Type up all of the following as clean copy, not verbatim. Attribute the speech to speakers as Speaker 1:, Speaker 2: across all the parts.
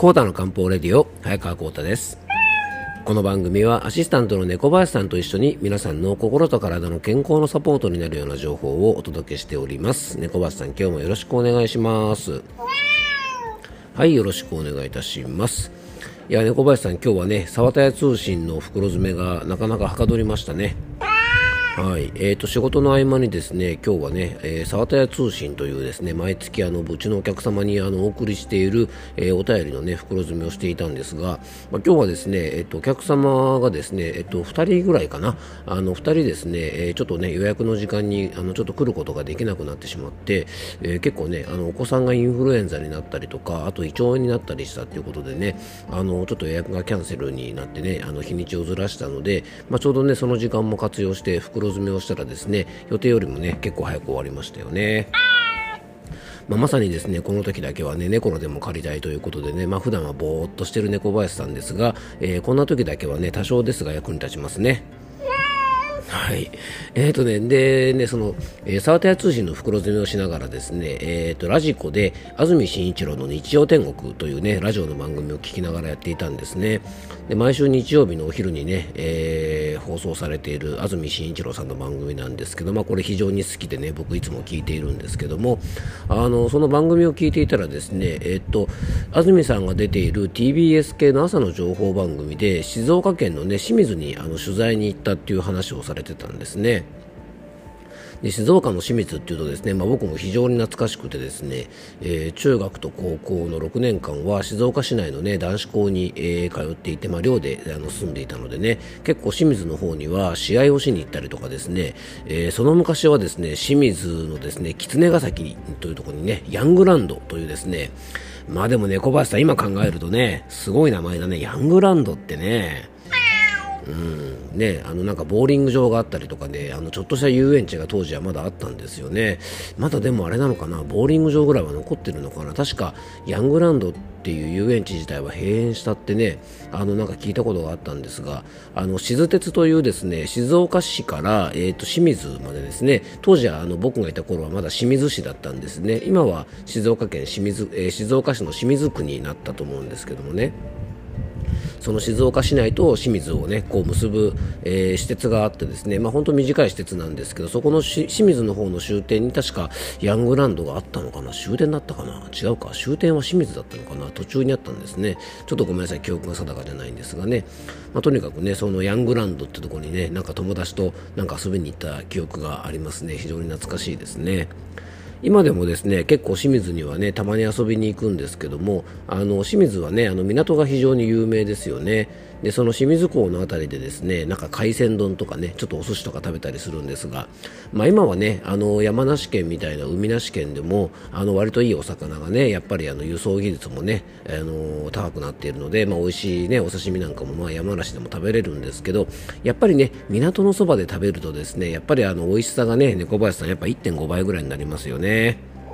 Speaker 1: コータの漢方レディオ、早川コータです。この番組はアシスタントの猫林さんと一緒に皆さんの心と体の健康のサポートになるような情報をお届けしております。猫林さん、今日もよろしくお願いします。はい、よろしくお願いいたします。いや、猫林さん、今日はね、沢田屋通信の袋詰めがなかなかはかどりましたね。はい、仕事の合間にですね、今日はね、沢田屋通信というですね、毎月うちのお客様にお送りしている、お便りのね、袋詰めをしていたんですが、今日はですね、お客様がですね、2人ぐらいかな、2人ですね、ちょっとね、予約の時間にちょっと来ることができなくなってしまって、結構ね、お子さんがインフルエンザになったりとか、あと胃腸炎になったりしたということでね、ちょっと予約がキャンセルになってね、日にちをずらしたので、ちょうどね、その時間も活用して袋詰めをしたらですね、予定よりもね結構早く終わりましたよね。まさにですね、この時だけはね、猫の手も借りたいということでね、普段はぼーっとしてる猫林さんですが、こんな時だけはね、多少ですが役に立ちますね。はい。でね、沢田屋通信の袋詰めをしながらですね、ラジコで安住紳一郎の日曜天国というね、ラジオの番組を聞きながらやっていたんですね。で、毎週日曜日のお昼にね、放送されている安住紳一郎さんの番組なんですけど、これ非常に好きでね、僕いつも聞いているんですけども、その番組を聞いていたらですね、安住さんが出ている TBS 系の朝の情報番組で、静岡県のね、清水に取材に行ったっていう話をされてたんですね。で、静岡の清水っていうとですね、僕も非常に懐かしくてですね、中学と高校の6年間は静岡市内のね、男子校に、通っていて、寮で住んでいたのでね、結構清水の方には試合をしに行ったりとかですね、その昔はですね、清水のですね、狐ヶ崎というところにね、ヤングランドというですね、でもね、小林さん今考えるとね、すごい名前だね、ヤングランドってね。ね、なんかボーリング場があったりとかね、ちょっとした遊園地が当時はまだあったんですよね。まだでもあれなのかな、ボーリング場ぐらいは残ってるのかな。確かヤングランドっていう遊園地自体は閉園したってね、なんか聞いたことがあったんですが、静鉄というですね、静岡市から、清水までですね、当時は僕がいた頃はまだ清水市だったんですね。今は静岡県静岡市の清水区になったと思うんですけどもね。その静岡市内と清水をね、こう結ぶ、施設があってですね、本当短い施設なんですけど、そこの清水の方の終点に確かヤングランドがあったのかな、終点だったかな、違うか、終点は清水だったのかな、途中にあったんですね。ちょっとごめんなさい、記憶が定かじゃないんですがね、とにかくね、そのヤングランドってところにね、なんか友達となんか遊びに行った記憶がありますね。非常に懐かしいですね。今でもですね、結構清水にはね、たまに遊びに行くんですけども、清水はね、港が非常に有名ですよね。で、その清水港のあたりでですね、なんか海鮮丼とかね、ちょっとお寿司とか食べたりするんですが、今はね、山梨県みたいな海なし県でも、割といいお魚がね、やっぱり輸送技術もね、高くなっているので、美味しいね、お刺身なんかも山梨でも食べれるんですけど、やっぱりね、港のそばで食べるとですね、やっぱり美味しさがね、猫林さんやっぱ 1.5 倍ぐらいになりますよね。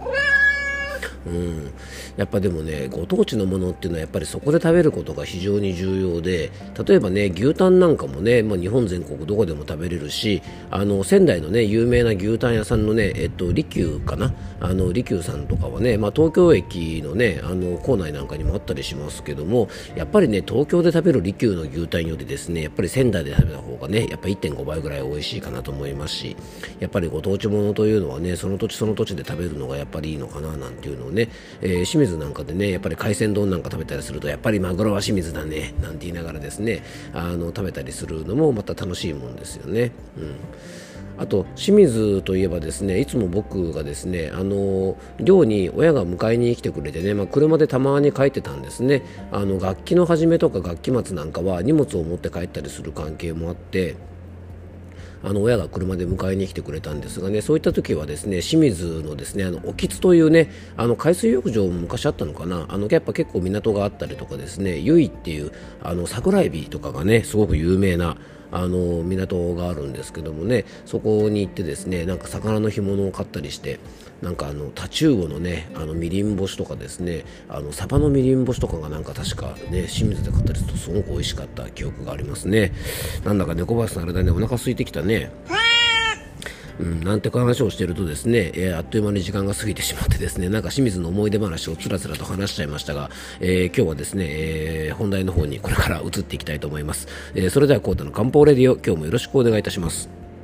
Speaker 1: やっぱでもね、ご当地のものっていうのはやっぱりそこで食べることが非常に重要で、例えばね、牛タンなんかもね、日本全国どこでも食べれるし、仙台のね、有名な牛タン屋さんのね、利休かな、利休さんとかはね、東京駅のね、構内なんかにもあったりしますけども、やっぱりね、東京で食べる利休の牛タンよりですね、やっぱり仙台で食べた方がね、やっぱ 1.5 倍ぐらい美味しいかなと思いますし、やっぱりご当地ものというのはね、その土地その土地で食べるのがやっぱりいいのかななんていうのをね、清水なんかでね、やっぱり海鮮丼なんか食べたりすると、やっぱりマグロは清水だねなんて言いながらですね、食べたりするのもまた楽しいもんですよね。あと清水といえばですね、いつも僕がですね、寮に親が迎えに来てくれてね、車でたまに帰ってたんですね。楽器の始めとか楽器末なんかは荷物を持って帰ったりする関係もあって、親が車で迎えに来てくれたんですがね、そういった時はですね、清水のですね、興津というね、海水浴場も昔あったのかな、やっぱ結構港があったりとかですね、由比っていう桜エビとかがね、すごく有名な港があるんですけどもね、そこに行ってですね、なんか魚の干物を買ったりして、なんかタチウオのね、みりん干しとかですね、サバのみりん干しとかがなんか確かね、清水で買ったりするとすごく美味しかった記憶がありますね。なんだか猫林さんあれだね、お腹空いてきたね。 なんて話をしているとですね、あっという間に時間が過ぎてしまってですね、なんか清水の思い出話をつらつらと話しちゃいましたが、今日はですね、本題の方にこれから移っていきたいと思います。それではコータの漢方レディオ、今日もよろしくお願いいたします。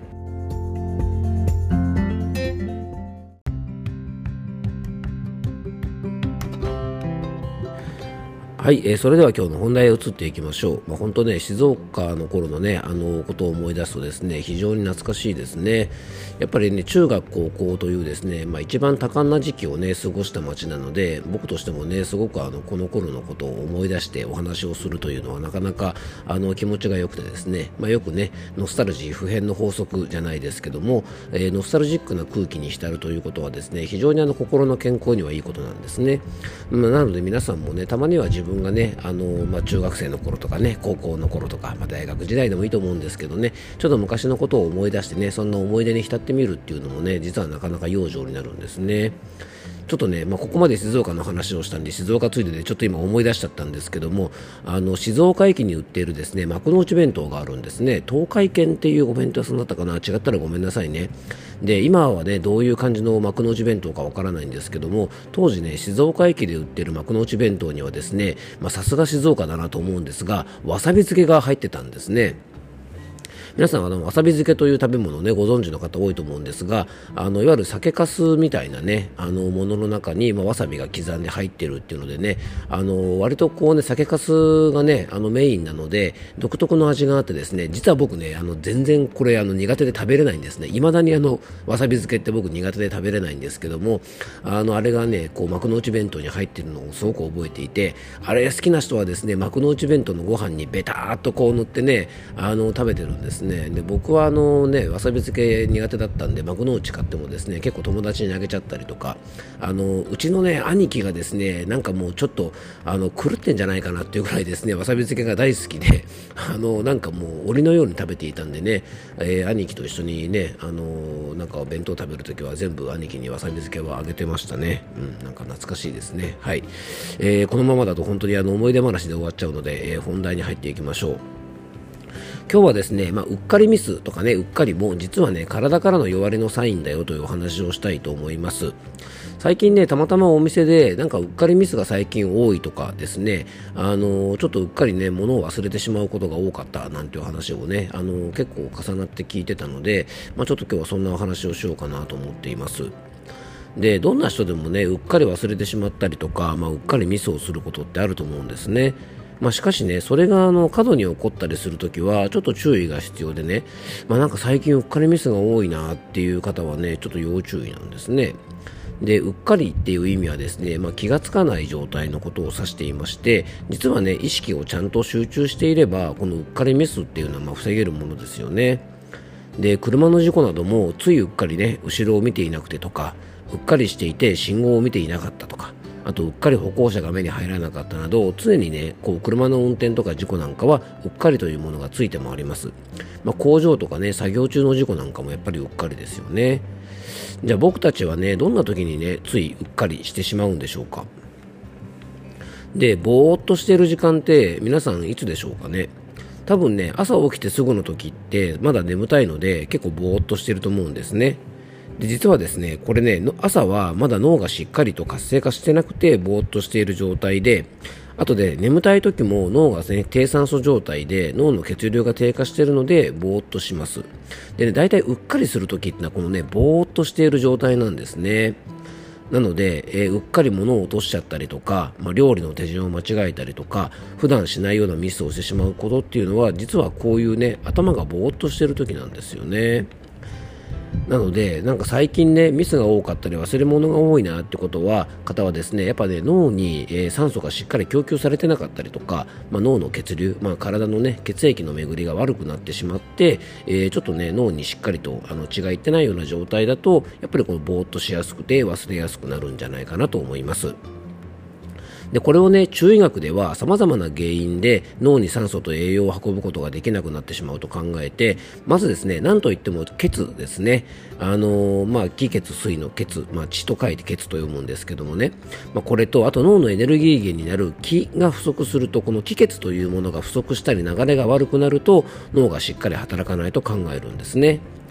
Speaker 1: はい、それでは今日の本題へ移っていきましょう。本当ね、静岡の頃のね、ことを思い出すとですね、非常に懐かしいですね。やっぱりね、中学高校というですね、一番多感な時期をね、過ごした街なので、僕としてもね、すごくこの頃のことを思い出してお話をするというのはなかなか気持ちが良くてですね、よくね、ノスタルジー普遍の法則じゃないですけども、ノスタルジックな空気に浸るということはですね、非常に心の健康にはいいことなんですね。なので皆さんもね、たまには自分がね、中学生の頃とかね、高校の頃とか、大学時代でもいいと思うんですけどね、ちょっと昔のことを思い出してね、そんな思い出に浸ってみるっていうのもね、実はなかなか養生になるんですね。ちょっとね、ここまで静岡の話をしたんで、静岡ついででちょっと今思い出しちゃったんですけども、静岡駅に売っているですね、幕の内弁当があるんですね。東海軒っていうお弁当屋さんだったかな、違ったらごめんなさいね。で、今はね、どういう感じの幕の内弁当かわからないんですけども、当時ね、静岡駅で売っている幕の内弁当にはですね、さすが静岡だなと思うんですが、わさび漬けが入ってたんですね。皆さんわさび漬けという食べ物をねご存知の方多いと思うんですが、いわゆる酒粕みたいなねものの中に、わさびが刻んで入っているっていうのでね、割とこうね酒粕がねメインなので独特の味があってですね、実は僕ね全然これ苦手で食べれないんですね。未だにわさび漬けって僕苦手で食べれないんですけども、あれがねこう幕の内弁当に入っているのをすごく覚えていて、あれ好きな人はですね幕の内弁当のご飯にベターっとこう塗ってね食べてるんですね。で僕はわさび漬け苦手だったんで幕の内買ってもですね結構友達にあげちゃったりとか、うちのね兄貴がですねなんかもうちょっと狂ってんじゃないかなっていうぐらいですねわさび漬けが大好きでなんかもう檻のように食べていたんでね、兄貴と一緒にねなんか弁当食べるときは全部兄貴にわさび漬けをあげてましたね。なんか懐かしいですね。はい、このままだと本当に思い出話で終わっちゃうので、本題に入っていきましょう。今日はですね、うっかりミスとかね、うっかりも実はね、体からの弱りのサインだよというお話をしたいと思います。最近ね、たまたまお店でなんかうっかりミスが最近多いとかですね、ちょっとうっかりね、物を忘れてしまうことが多かったなんていう話をね、結構重なって聞いてたので、ちょっと今日はそんなお話をしようかなと思っています。で、どんな人でもね、うっかり忘れてしまったりとか、うっかりミスをすることってあると思うんですね。しかしね、それが過度に起こったりするときはちょっと注意が必要でね、なんか最近うっかりミスが多いなっていう方はね、ちょっと要注意なんですね。で、うっかりっていう意味はですね、気がつかない状態のことを指していまして、実はね、意識をちゃんと集中していれば、このうっかりミスっていうのは防げるものですよね。で、車の事故などもついうっかりね、後ろを見ていなくてとか、うっかりしていて信号を見ていなかったとか、あとうっかり歩行者が目に入らなかったなど、常にねこう車の運転とか事故なんかはうっかりというものがついて回ります。工場とかね作業中の事故なんかもやっぱりうっかりですよね。じゃあ僕たちはねどんな時にねついうっかりしてしまうんでしょうか。で、ぼーっとしている時間って皆さんいつでしょうかね。多分ね朝起きてすぐの時ってまだ眠たいので結構ぼーっとしてると思うんですね。で、実はですねこれね朝はまだ脳がしっかりと活性化してなくてぼーっとしている状態で、あとで眠たい時も脳がね低酸素状態で脳の血流が低下しているのでぼーっとします。でね、だいたいうっかりする時ってのはこのねぼーっとしている状態なんですね。なので、うっかり物を落としちゃったりとか、料理の手順を間違えたりとか、普段しないようなミスをしてしまうことっていうのは実はこういうね頭がぼーっとしている時なんですよね。なのでなんか最近ねミスが多かったり忘れ物が多いなって方はですねやっぱね脳に、酸素がしっかり供給されてなかったりとか、脳の血流、体のね血液の巡りが悪くなってしまって、ちょっとね脳にしっかりと血がいってないような状態だとやっぱりこのぼーっとしやすくて忘れやすくなるんじゃないかなと思います。で、これをね中医学では様々な原因で脳に酸素と栄養を運ぶことができなくなってしまうと考えて、まずですね何といっても血ですね。気血水の血、血と書いて血と読むんですけどもね、これとあと脳のエネルギー源になる気が不足すると、この気血というものが不足したり流れが悪くなると脳がしっかり働かないと考えるんですね。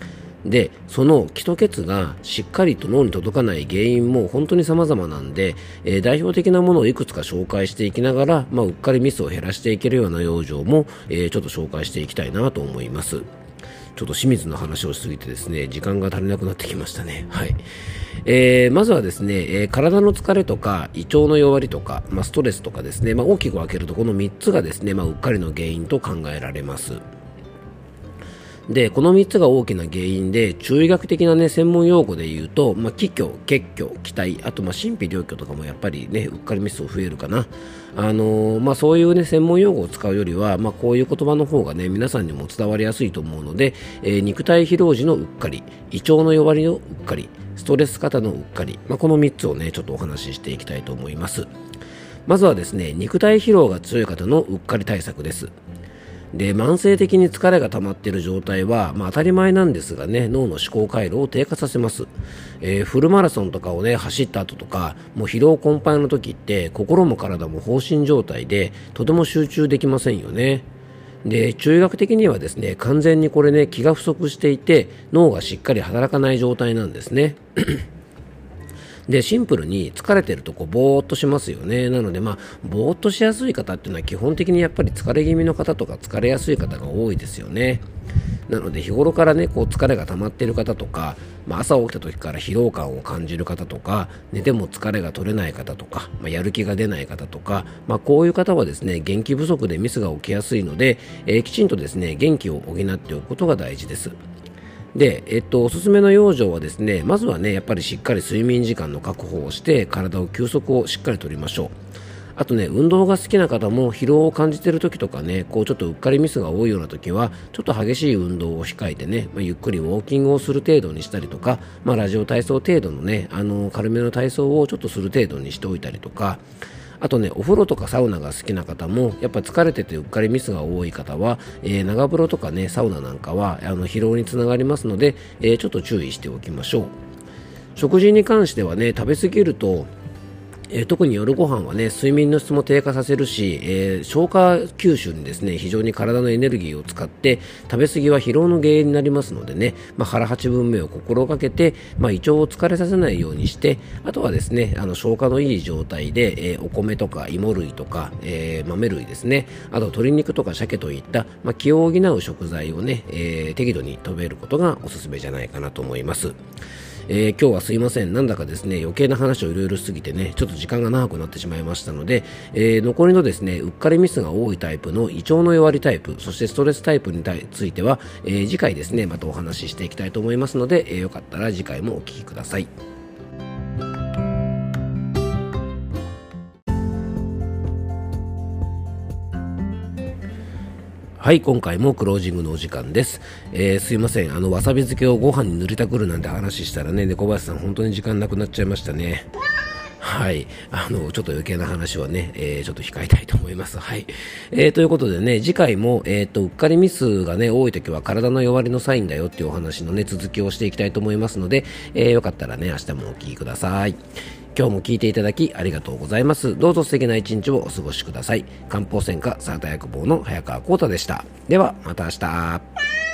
Speaker 1: で、その基礎血がしっかりと脳に届かない原因も本当に様々なんで、代表的なものをいくつか紹介していきながら、うっかりミスを減らしていけるような養生も、ちょっと紹介していきたいなと思います。ちょっと清水の話をしすぎてですね、時間が足りなくなってきましたね。はい。まずはですね、体の疲れとか胃腸の弱りとか、ストレスとかですね、大きく分けるとこの3つがですね、うっかりの原因と考えられます。で、この3つが大きな原因で、中医学的なね、専門用語で言うと、気虚、血虚、気体、あと心脾両虚とかもやっぱりね、うっかりミスを増えるかな。そういうね、専門用語を使うよりは、こういう言葉の方がね、皆さんにも伝わりやすいと思うので、肉体疲労時のうっかり、胃腸の弱りのうっかり、ストレス型のうっかり、この3つをね、ちょっとお話ししていきたいと思います。まずはですね、肉体疲労が強い方のうっかり対策です。で、慢性的に疲れが溜まっている状態は、当たり前なんですがね、脳の思考回路を低下させます。フルマラソンとかをね、走った後とか、もう疲労困憊の時って、心も体も放心状態で、とても集中できませんよね。で、中医学的にはですね、完全にこれね、気が不足していて、脳がしっかり働かない状態なんですね。で、シンプルに疲れてるとぼーっとしますよね。なので、ぼーっとしやすい方っていうのは基本的にやっぱり疲れ気味の方とか疲れやすい方が多いですよね。なので、日頃からね、疲れが溜まっている方とか、朝起きた時から疲労感を感じる方とか、寝ても疲れが取れない方とか、やる気が出ない方とか、こういう方はですね、元気不足でミスが起きやすいので、きちんとですね、元気を補っておくことが大事です。で、おすすめの養生はですね、まずはね、やっぱりしっかり睡眠時間の確保をして、体を休息をしっかりとりましょう。あとね、運動が好きな方も疲労を感じている時とかね、ちょっとうっかりミスが多いような時は、ちょっと激しい運動を控えてね、ゆっくりウォーキングをする程度にしたりとか、ラジオ体操程度のね、軽めの体操をちょっとする程度にしておいたりとか、あとね、お風呂とかサウナが好きな方も、やっぱ疲れててうっかりミスが多い方は、長風呂とかね、サウナなんかは疲労につながりますので、ちょっと注意しておきましょう。食事に関してはね、食べ過ぎると特に夜ご飯はね、睡眠の質も低下させるし、消化吸収にですね、非常に体のエネルギーを使って、食べ過ぎは疲労の原因になりますのでね、腹8分目を心がけて、胃腸を疲れさせないようにして、あとはですね、消化のいい状態で、お米とか芋類とか、豆類ですね、あと鶏肉とか鮭といった、気を補う食材をね、適度に食べることがおすすめじゃないかなと思います。今日はすいません。なんだかですね、余計な話をいろいろしすぎてね、ちょっと時間が長くなってしまいましたので、残りのですね、うっかりミスが多いタイプの胃腸の弱りタイプ、そしてストレスタイプについては、次回ですね、またお話ししていきたいと思いますので、よかったら次回もお聞きください。はい、今回もクロージングのお時間です。すいません。わさび漬けをご飯に塗りたくるなんて話したらね、猫林さん本当に時間なくなっちゃいましたね。はい。ちょっと余計な話はね、ちょっと控えたいと思います。はい。ということでね、次回も、うっかりミスがね、多い時は体の弱りのサインだよっていうお話のね、続きをしていきたいと思いますので、よかったらね、明日もお聞きください。今日も聞いていただきありがとうございます。どうぞ素敵な一日をお過ごしください。漢方専科サーター薬房の早川浩太でした。では、また明日。